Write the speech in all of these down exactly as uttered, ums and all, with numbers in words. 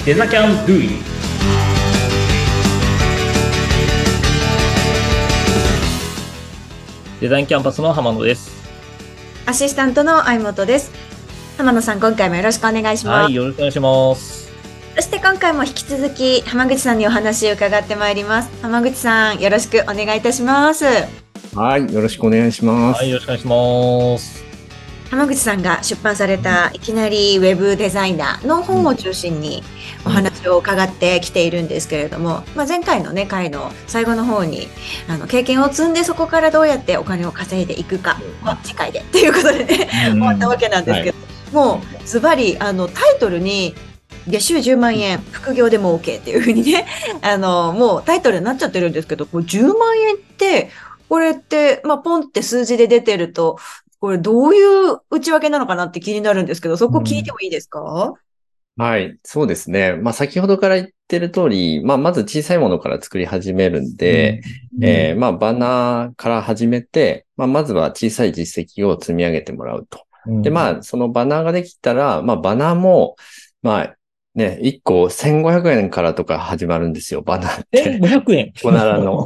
デザキャンドゥイ。デザインキャンパスの浜野です。 アシスタントの相本です。浜野さん、今回もよろしくお願いします。 はい、よろしくお願いします。 そして今回も引き続き浜口さんにお話を伺ってまいります。浜口さん、よろしくお願いいたします。 はい、よろしくお願いします。 はい、よろしくお願いします。 浜口さんが出版されたいきなりウェブデザイナーの本を中心にお話を伺ってきているんですけれども、まあ、前回のね回の最後の方にあの経験を積んでそこからどうやってお金を稼いでいくかを次回でっていうことでね、うん、終わったわけなんですけど、はい、もうズバリあのタイトルに月収じゅうまんえん副業でも OK っていう風にねあのもうタイトルになっちゃってるんですけど、こうじゅうまんえんってこれって、まあ、ポンって数字で出てるとこれどういう内訳なのかなって気になるんですけど、そこ聞いてもいいですか？ うん、はい、そうですね。まあ先ほどから言ってる通り、まあまず小さいものから作り始めるんで、うんえー、まあバナーから始めて、まあまずは小さい実績を積み上げてもらうと。うん、で、まあそのバナーができたら、まあバナーも、まあね、いっこせんごひゃくえんからとか始まるんですよ、バナーって。 せんごひゃくえんコナラの。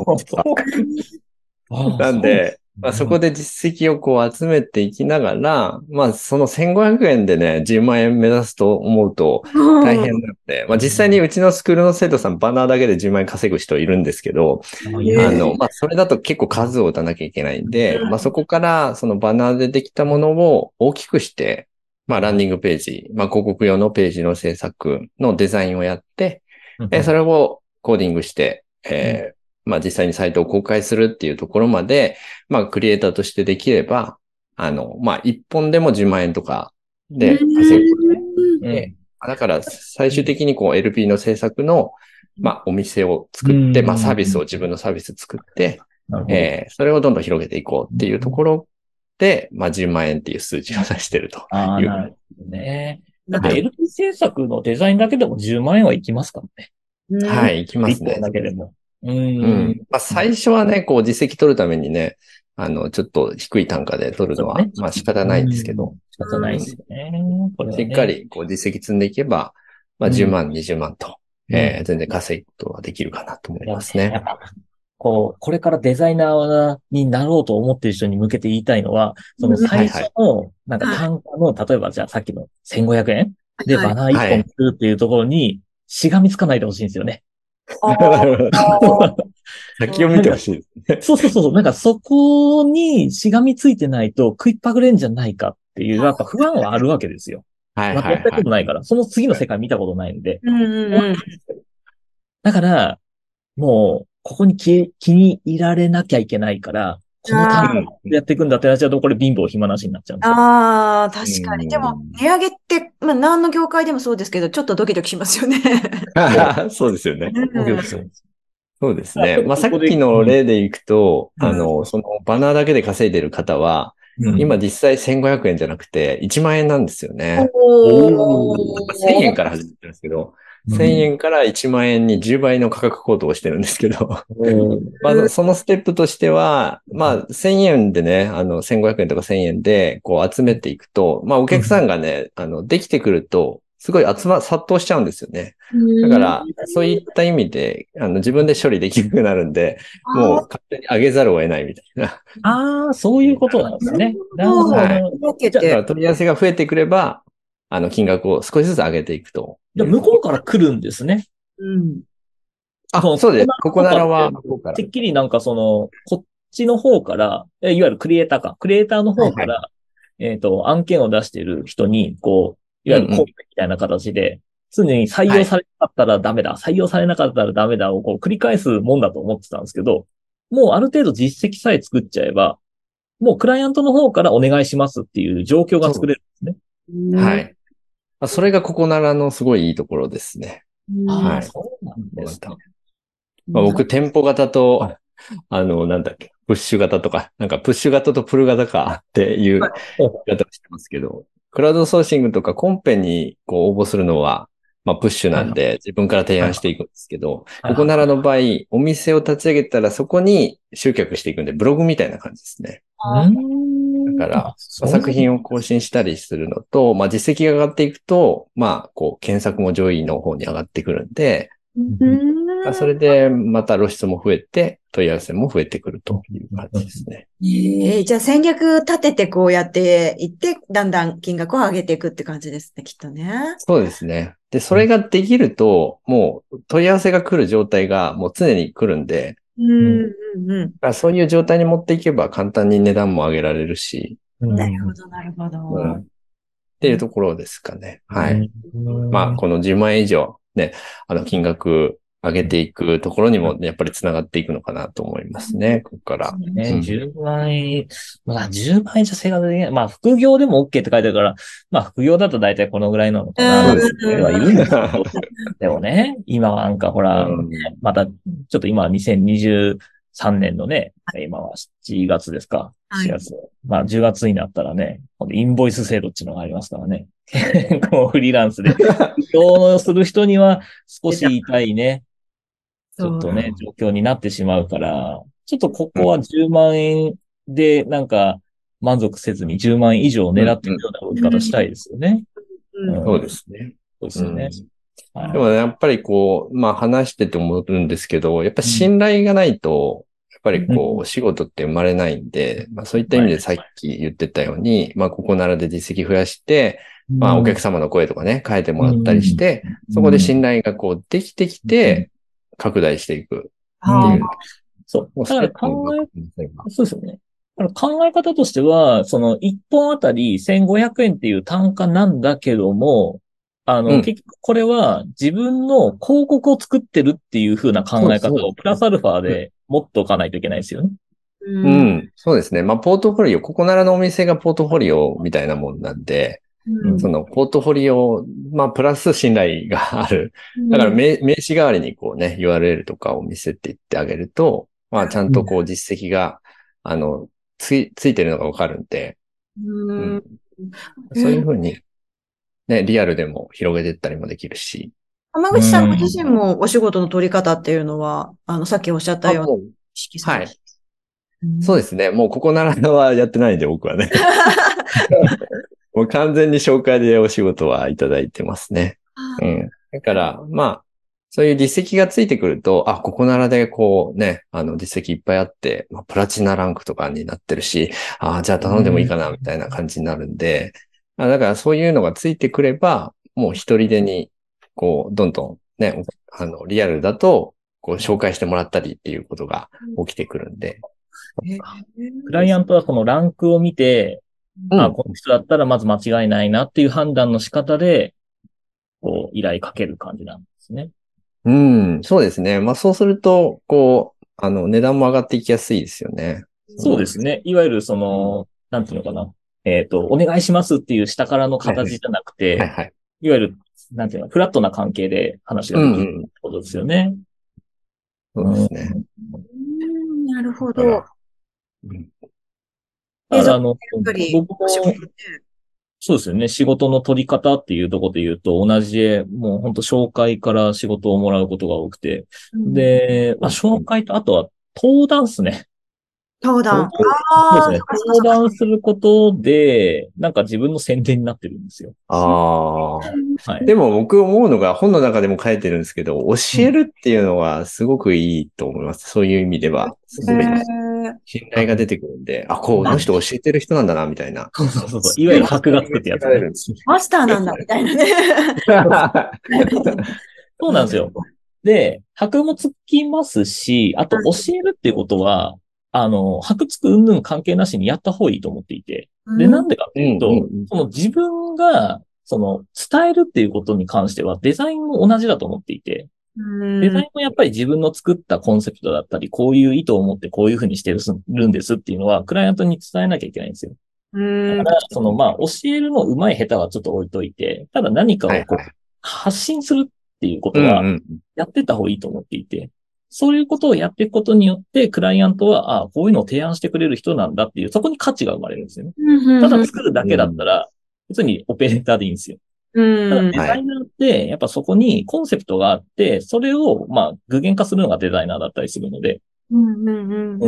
なんで、まあ、そこで実績をこう集めていきながら、まあそのせんごひゃくえんでね、じゅうまんえん目指すと思うと大変なので、まあ実際にうちのスクールの生徒さんバナーだけでじゅうまんえん稼ぐ人いるんですけど、あの、まあそれだと結構数を打たなきゃいけないんで、まあそこからそのバナーでできたものを大きくして、まあランディングページ、まあ広告用のページの制作のデザインをやって、えそれをコーディングして、えーまあ実際にサイトを公開するっていうところまで、まあクリエイターとしてできれば、あの、まあ一本でもじゅうまんえんとかで稼ぐことね。だから最終的にこう エルピー の制作の、まあお店を作って、まあサービスを自分のサービス作って、えー、それをどんどん広げていこうっていうところで、まあじゅうまんえんっていう数字を出してるという。 ああ、なるほどね。だって エルピー 制作のデザインだけでもじゅうまんえんはいきますからね。はい、いきますね。 いっぽんだけでも。 うん。まあ、最初はね、こう実績取るためにね、あの、ちょっと低い単価で取るのは、ね、まあ仕方ないんですけど。 仕方ないですよね。 これはね、しっかりこう実績積んでいけば、まあじゅうまん、にじゅうまんと、えー、全然稼ぐことができるかなと思いますね。 こう、これからデザイナーになろうと思っている人に向けて言いたいのは、その最初の、なんか単価の、例えばじゃあさっきのせんごひゃくえんでバナーいっぽん作るっていうところに、しがみつかないでほしいんですよね。 先を見てほしいですね。 そうそうそう。なんかそこにしがみついてないと食いっぱぐれんじゃないかっていう、やっぱ不安はあるわけですよ。 はいはいはい。 やったことないから。その次の世界見たことないんで。 うんうんうん、 だから、もう、ここに気気に入られなきゃいけないから、この単価でやっていくんだってなっちゃうと、これ貧乏暇なしになっちゃうんですよ。 ああ、確かに。でも、値上げって、まあ何の業界でもそうですけど、ちょっとドキドキしますよね。 そうですよね。 ドキドキするんです。 そうですね。まあ、さっきの例でいくと、うん、あの、そのバナーだけで稼いでる方は、うん、今実際せんごひゃくえんじゃなくていちまんえんなんですよね。おせんえんから始めてるんですけど、うん、せんえんからいちまんえんにじゅうばいの価格高騰をしてるんですけど、まあ、そのステップとしては、まあ、せんえんでね、あの、せんごひゃくえんとかせんえんで、こう集めていくと、まあ、お客さんがね、あの、できてくると、すごい集ま、殺到しちゃうんですよね。だから、そういった意味で、あの、自分で処理できなくなるんで、もう勝手に上げざるを得ないみたいな。 ああ、そういうことなんですね。なるほど。はい。 だから問い合わせが増えてくれば、あの、金額を少しずつ上げていくと。 じゃ向こうから来るんですね。 うん。 あ、そうです。ここならは、 てっきりなんかその、こっちの方から、いわゆるクリエイターか、クリエイターの方から、はいはい、えっと、案件を出している人に、こう、いわゆるコンペみたいな形で、常に採用されなかったらダメだ、はい、採用されなかったらダメだをこう繰り返すもんだと思ってたんですけど、もうある程度実績さえ作っちゃえば、もうクライアントの方からお願いしますっていう状況が作れるんですね。 はい。それがここならのすごいいいところですね。 はい。そうなんですね。 まあ、僕、店舗型と、あの、なんだっけ、プッシュ型とか、なんかプッシュ型とプル型かっていう言い方をしてますけど、クラウドソーシングとかコンペにこう応募するのは、まあプッシュなんで自分から提案していくんですけど、ここならの場合、お店を立ち上げたらそこに集客していくんで、ブログみたいな感じですね。 だから、まあ、 そう作品を更新したりするのと、まあ実績が上がっていくと、まあこう検索も上位の方に上がってくるんで、まあそれでまた露出も増えて、問い合わせも増えてくるという感じですね。 ええ、じゃあ戦略立ててこうやっていって、だんだん金額を上げていくって感じですね、きっとね。 そうですね。で、それができると、もう問い合わせが来る状態がもう常に来るんで、 うんうんうん。 だからそういう状態に持っていけば簡単に値段も上げられるし、 なるほど、なるほど。 うん、っていうところですかね。はい。 うんまあ、このじゅうまん円以上ね、あの金額上げていくところにもやっぱり繋がっていくのかなと思いますね、ここから。 ね、 うんじゅうまん円、まあじゅうまん円じゃ生活できない。まあ副業でも OK って書いてあるから、まあ副業だと大体このぐらいなのかな、 そうですねではいるんですけど、でもね、今はなんかほら、 うんまた、ちょっと今はにせんにじゅうさんねんのね、今はしちがつですか。 はいしがつ。まあじゅうがつになったらね、今度インボイス制度っていうのがありますからね。こうフリーランスで、副業をする人には少し痛いね、ちょっとね、状況になってしまうから、ちょっとここはじゅうまん円でなんか満足せずにじゅうまん円以上を狙っていくような動き方したいですよね。 うんうんそうですね。 そうですよね。はいでもやっぱりこう、まあ話してて思うんですけど、やっぱ信頼がないと、やっぱりこう、お仕事って生まれないんで、まあそういった意味でさっき言ってたように、まあここならで実績増やして、まあお客様の声とかね、変えてもらったりして、そこで信頼がこうできてきて、拡大していくっていう。 そう。 もうだから考え、そうですよね。だから考え方としては、そのいっぽんあたりせんごひゃくえんっていう単価なんだけども、あの、 うん結局これは自分の広告を作ってるっていう風な考え方そうそうをプラスアルファで持っておかないといけないですよね。 うん、そうですね。まあ、ポートフォリオ、ここならのお店がポートフォリオみたいなもんなんで、 うんそのポートフォリオ、まあ、プラス信頼がある。だから名、名刺代わりにこうね、ユーアールエル とかを見せていってあげると、まあ、ちゃんとこう実績が、あの、つい、ついてるのがわかるんで、 うんそういうふうに、ね、リアルでも広げていったりもできるし。 浜口さんご自身もお仕事の取り方っていうのは、あの、さっきおっしゃったように意識されて、 はい。そうですね。もうここならはやってないんで、僕はね。もう完全に紹介でお仕事はいただいてますね。うん。だから、まあ、そういう実績がついてくると、あ、ここならでこうね、あの実績いっぱいあって、まあ、プラチナランクとかになってるし、あ、じゃあ頼んでもいいかな、みたいな感じになるんで、あだからそういうのがついてくれば、もう一人でに、こう、どんどんね、あの、リアルだと、こう、紹介してもらったりっていうことが起きてくるんで。 クライアントはこのランクを見て、 うん、 あ、この人だったらまず間違いないなっていう判断の仕方で、こう、依頼かける感じなんですね。 うん、そうですね。まあそうすると、こう、あの、値段も上がっていきやすいですよね。 そうですね。いわゆるその、なんていうのかな。えっと、お願いしますっていう下からの形じゃなくて、 はいはい。 いわゆる、なんていうの、フラットな関係で話ができるってことですよね。 そうですね。 うんなるほど。 うんだからあの、 やっぱり僕も、そうですよね。仕事の取り方っていうところで言うと、同じで、もう本当紹介から仕事をもらうことが多くて。で、まあ、紹介と、あとは登壇ですね。 登壇。 そうですね。登壇することで、なんか自分の宣伝になってるんですよ。 ああ。 はい。 でも僕思うのが本の中でも書いてるんですけど、教えるっていうのはすごくいいと思います。そういう意味では。すごい信頼が出てくるんで、あ、こう、この人教えてる人なんだな、みたいな。 そうそうそう。いわゆる箔がつくってやつ、ね。 マスターなんだ、みたいなね。 そうなんですよ。で、箔もつきますし、あと教えるっていうことは、あの、箔つく云々関係なしにやった方がいいと思っていて。で、なんでかっていうと、 うんうんうん、 その自分が、その、伝えるっていうことに関しては、デザインも同じだと思っていて、デザインもやっぱり自分の作ったコンセプトだったり、こういう意図を持ってこういうふうにしてるんですっていうのは、クライアントに伝えなきゃいけないんですよ。だから、その、まあ、教えるの上手い下手はちょっと置いといて、ただ何かをこう、発信するっていうことは、やってた方がいいと思っていて、そういうことをやっていくことによって、クライアントは、ああ、こういうのを提案してくれる人なんだっていう、そこに価値が生まれるんですよね。ただ作るだけだったら、別にオペレーターでいいんですよ。ただデザイナーって、やっぱそこにコンセプトがあって、それを、まあ、具現化するのがデザイナーだったりするので、うん。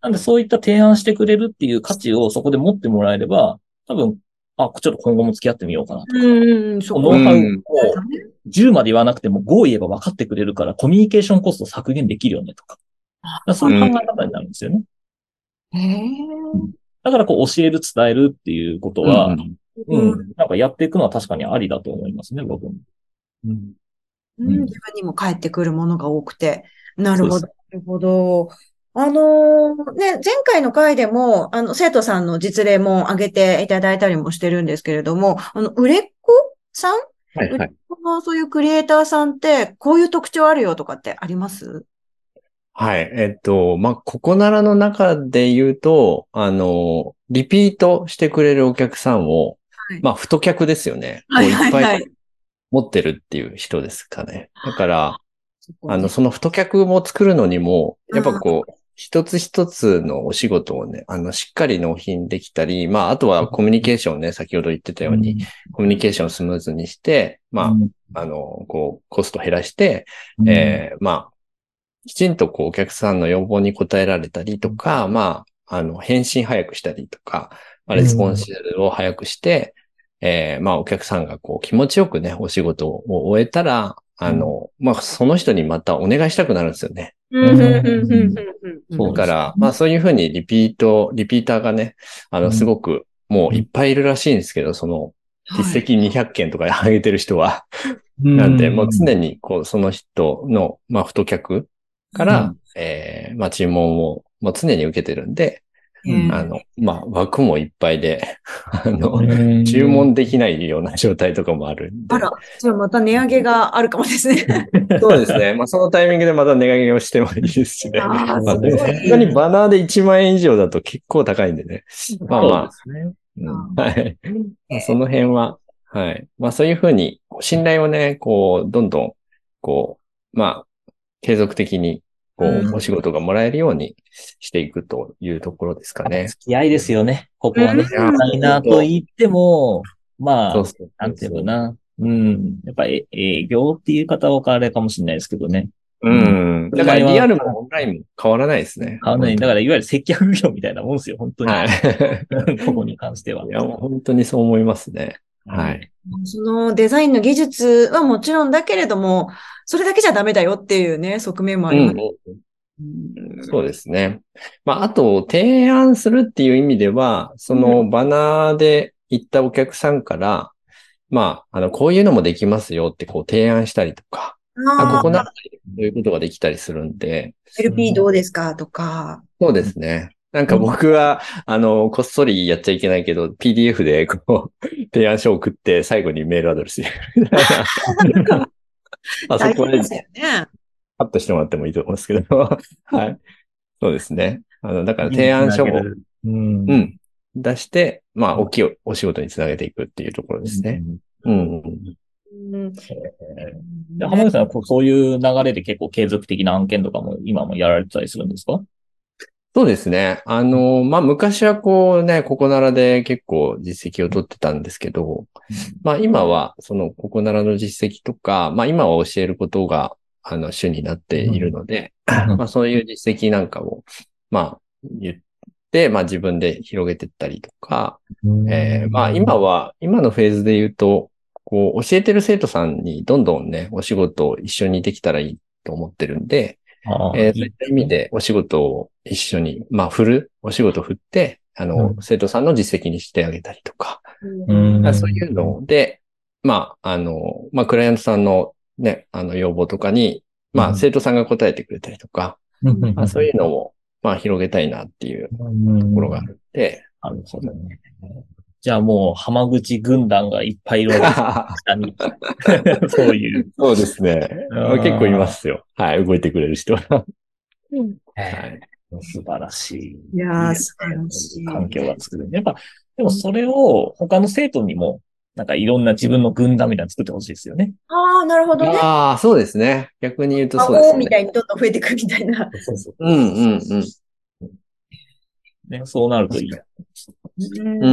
なんでそういった提案してくれるっていう価値をそこで持ってもらえれば、多分、あ、ちょっと今後も付き合ってみようかなとか。 うん、そこノウハウをうんじゅうまで言わなくてもご言えば分かってくれるからコミュニケーションコスト削減できるよねとか。だからそういう考え方になるんですよね。 へえ。 だからこう教える、伝えるっていうことは、 うんうん、なんかやっていくのは確かにありだと思いますね、僕も。うんうん、自分にも返ってくるものが多くて。なるほど。 そうなるほど。あのーね、前回の回でも、あの、生徒さんの実例も挙げていただいたりもしてるんですけれども、あの、売れっ子さん売れっはいはい。 子のそういうクリエイターさんって、こういう特徴あるよとかってあります？ はい。えっと、まあ、ここならの中で言うと、あの、リピートしてくれるお客さんを、 はい。 まあ、太客ですよね。 はいこういっぱいはいはい。 持ってるっていう人ですかね。だから、あの、 そこね。 その太客も作るのにも、やっぱうん。 こう、一つ一つのお仕事をね、あの、しっかり納品できたり、まあ、あとはコミュニケーションね、先ほど言ってたように、コミュニケーションをスムーズにして、まあ、あの、こう、コスト減らして、えー、まあ、きちんとこう、お客さんの要望に応えられたりとか、まあ、あの、返信早くしたりとか、まあ、レスポンスを早くして、えー、まあ、お客さんがこう、気持ちよくね、お仕事を終えたら、あの、まあ、その人にまたお願いしたくなるんですよね。 うん、うん、うん、うん、うん。 そうですね。 だから、まあ、そういうふうにリピート、リピーターがね、あの、すごく、もういっぱいいるらしいんですけど、その、実績にひゃっけんとか上げてる人は。なんで、もう常に、こう、その人の、まあ、太客から、えー、まあ、注文を、もう常に受けてるんで、あの、まあ、枠もいっぱいで、あの、注文できないような状態とかもあるんで。 あら、じゃあまた値上げがあるかもですね。 そうですね。まあ、そのタイミングでまた値上げをしてもいいですしね。 ああ、 まあ、 すごい。 さすがにバナーでいちまん円以上だと結構高いんでね。まあまあ、 そうですね。 うん、はい。まあ、その辺は、はい。まあそういうふうに、信頼をね、こう、どんどん、こう、まあ、継続的に、こう、お仕事がもらえるようにしていくというところですかね。 付き合いですよね。ここはね。デいや、 ザイナーと言っても、まあ、 そうそうなんていうそう。 のかな。うん。やっぱり営業っていう言い方はあれかもしれないですけどね。 うん。だからリアルもオンラインも変わらないですね。 変わらない。だからいわゆる接客業みたいなもんですよ、本当に。 はい。 ここに関しては。 いや、もう本当にそう思いますね。はい。 そのデザインの技術はもちろんだけれども、それだけじゃダメだよっていうね、側面もあります。 うん、そうですね。まあ、あと、提案するっていう意味では、そのバナーで行ったお客さんから、まあ、あの、こういうのもできますよってこう提案したりとか、あ、こああ、 こならそういうことができたりするんで、 エルピー どうですかとか。 そうですね。なんか僕は、あの、こっそりやっちゃいけないけど、ピーディーエフ でこう、提案書を送って最後にメールアドレス入れるみたいな。あそこで大変ですよね。 カットしてもらってもいいと思うんですけど、はい。そうですね。あの、だから提案書を、 うん。 うん、出して、まあ、大きいお仕事につなげていくっていうところですね。うん。 うんで、浜口さんはこうそういう流れで結構継続的な案件とかも今もやられてたりするんですか？ そうですね。あの、まあ、昔はこうね、ここならで結構実績を取ってたんですけど、まあ、今はそのここならの実績とか、まあ、今は教えることが、あの、主になっているので、まあ、そういう実績なんかを、まあ、言って、まあ、自分で広げていったりとか、えー、まあ、今は、今のフェーズで言うと、こう、教えてる生徒さんにどんどんね、お仕事を一緒にできたらいいと思ってるんで、えー、そういった意味でお仕事を一緒に、まあ、振る、お仕事を振って、あの、うん、生徒さんの実績にしてあげたりとか、うん、そういうので、まあ、あの、まあ、クライアントさんのね、あの、要望とかに、まあ、生徒さんが答えてくれたりとか、うん、まあ、そういうのを、まあ、広げたいなっていうところがあるんで、 なるほどね。じゃあもう、浜口軍団がいっぱいいるわけです下に。そういう。 そうですね。結構いますよ。はい、動いてくれる人は。はい。 素晴らしい。 いやー、素晴らしい。 環境が作る。やっぱ、でもそれを他の生徒にも、なんかいろんな自分の軍団みたいなの作ってほしいですよね。 ああ、なるほどね。 ああ、そうですね。逆に言うとそうですね。 みたいにどんどん増えていくみたいな。 そうそう。 うんうんうん。 ね、そうなるといい。 うん。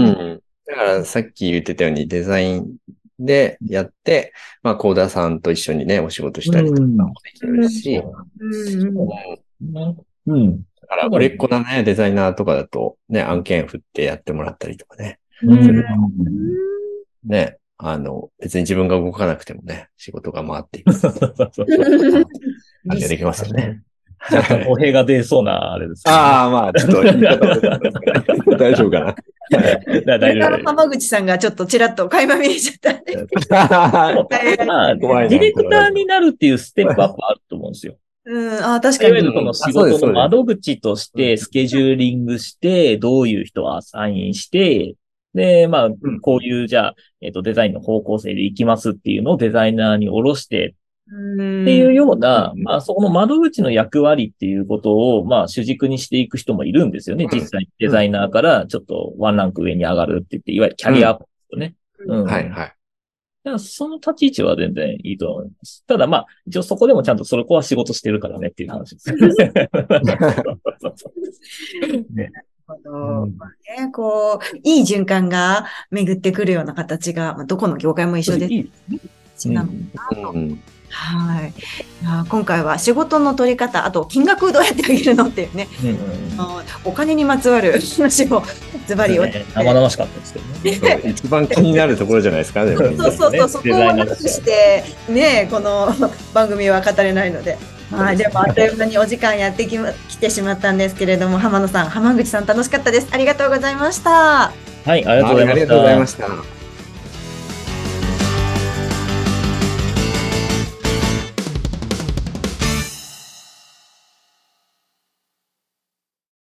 だからさっき言ってたようにデザインでやって、まあコーダーさんと一緒にね、お仕事したりとかもできるし、 うん。うん。 から、売れっ子なね、デザイナーとかだと、ね、案件振ってやってもらったりとかね。 うんね、あの、別に自分が動かなくてもね、仕事が回っていく。関係できますよね。 若干語弊が出そうなあれですけど、ね。 ああ、まあ、ちょっと言い方悪かったですかね。大丈夫かな。 大丈夫。 浜口さんがちょっとちらっと垣間見えちゃったんで。 まあ、ディレクターになるっていうステップアップあると思うんですよ。 うん、ああ、確かに。 いわゆるその仕事の窓口としてスケジューリングして、どういう人をアサインして、で、まあ、こういう、じゃあ、えっと、デザインの方向性でいきますっていうのをデザイナーに下ろして、っていうような、まあ、そこの窓口の役割っていうことを、まあ、主軸にしていく人もいるんですよね。実際、デザイナーからちょっとワンランク上に上がるって言って、いわゆるキャリアアップですよね。うん。 はいはい。 だからその立ち位置は全然いいと思います。ただまあ、一応そこでもちゃんとそれこは仕事してるからねっていう話ですよね。 ねまあね、こう、いい循環が巡ってくるような形が、まあ、どこの業界も一緒です。いいですね。はい。今回は仕事の取り方、あと金額どうやってあげるのっていうね、うんうん、お金にまつわる話をズバリを、 ね、生々しかったですけどね。 一番気になるところじゃないですかね。 そうそうそう、そこを話してね、この番組は語れないので。はい、でもあっという間にお時間やってき、きてしまったんですけれども、浜野さん、浜口さん楽しかったです。ありがとうございました。 はい、ありがとうございました。 ありがとうございました。